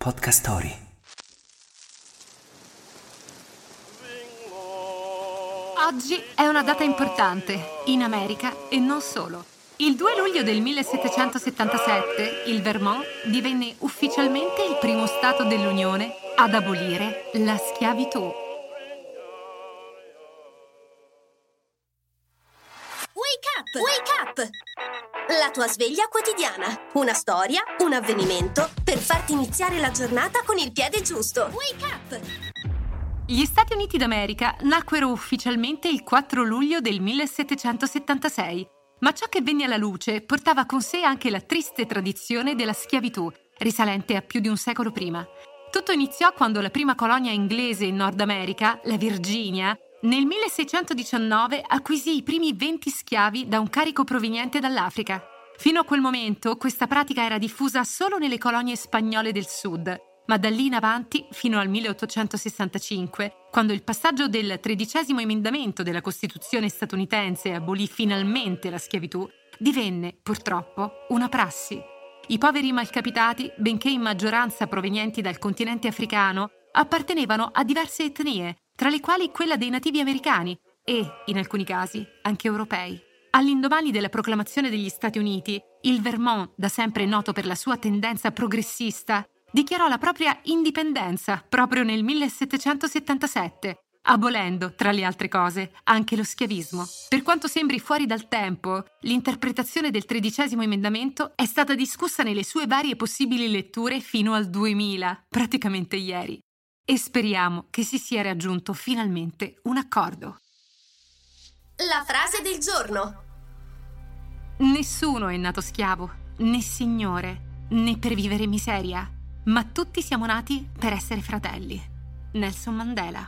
Podcast Story. Oggi è una data importante, in America e non solo. Il 2 luglio del 1777 il Vermont divenne ufficialmente il primo stato dell'Unione ad abolire la schiavitù. Wake up! Wake up! La tua sveglia quotidiana. Una storia, un avvenimento per farti iniziare la giornata con il piede giusto. Wake up! Gli Stati Uniti d'America nacquero ufficialmente il 4 luglio del 1776, ma ciò che venne alla luce portava con sé anche la triste tradizione della schiavitù, risalente a più di un secolo prima. Tutto iniziò quando la prima colonia inglese in Nord America, la Virginia, nel 1619 acquisì i primi 20 schiavi da un carico proveniente dall'Africa. Fino a quel momento questa pratica era diffusa solo nelle colonie spagnole del sud, ma da lì in avanti, fino al 1865, quando il passaggio del 13° emendamento della Costituzione statunitense abolì finalmente la schiavitù, divenne, purtroppo, una prassi. I poveri malcapitati, benché in maggioranza provenienti dal continente africano, appartenevano a diverse etnie, tra le quali quella dei nativi americani e, in alcuni casi, anche europei. All'indomani della proclamazione degli Stati Uniti, il Vermont, da sempre noto per la sua tendenza progressista, dichiarò la propria indipendenza proprio nel 1777, abolendo, tra le altre cose, anche lo schiavismo. Per quanto sembri fuori dal tempo, l'interpretazione del 13° emendamento è stata discussa nelle sue varie possibili letture fino al 2000, praticamente ieri. E speriamo che si sia raggiunto finalmente un accordo. La frase del giorno. Nessuno è nato schiavo, né signore, né per vivere miseria, ma tutti siamo nati per essere fratelli. Nelson Mandela.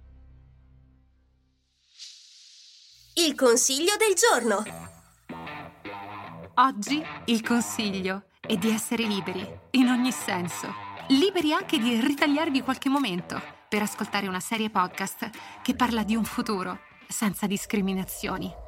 Il consiglio del giorno. Oggi il consiglio è di essere liberi, in ogni senso. Liberi anche di ritagliarvi qualche momento per ascoltare una serie podcast che parla di un futuro senza discriminazioni.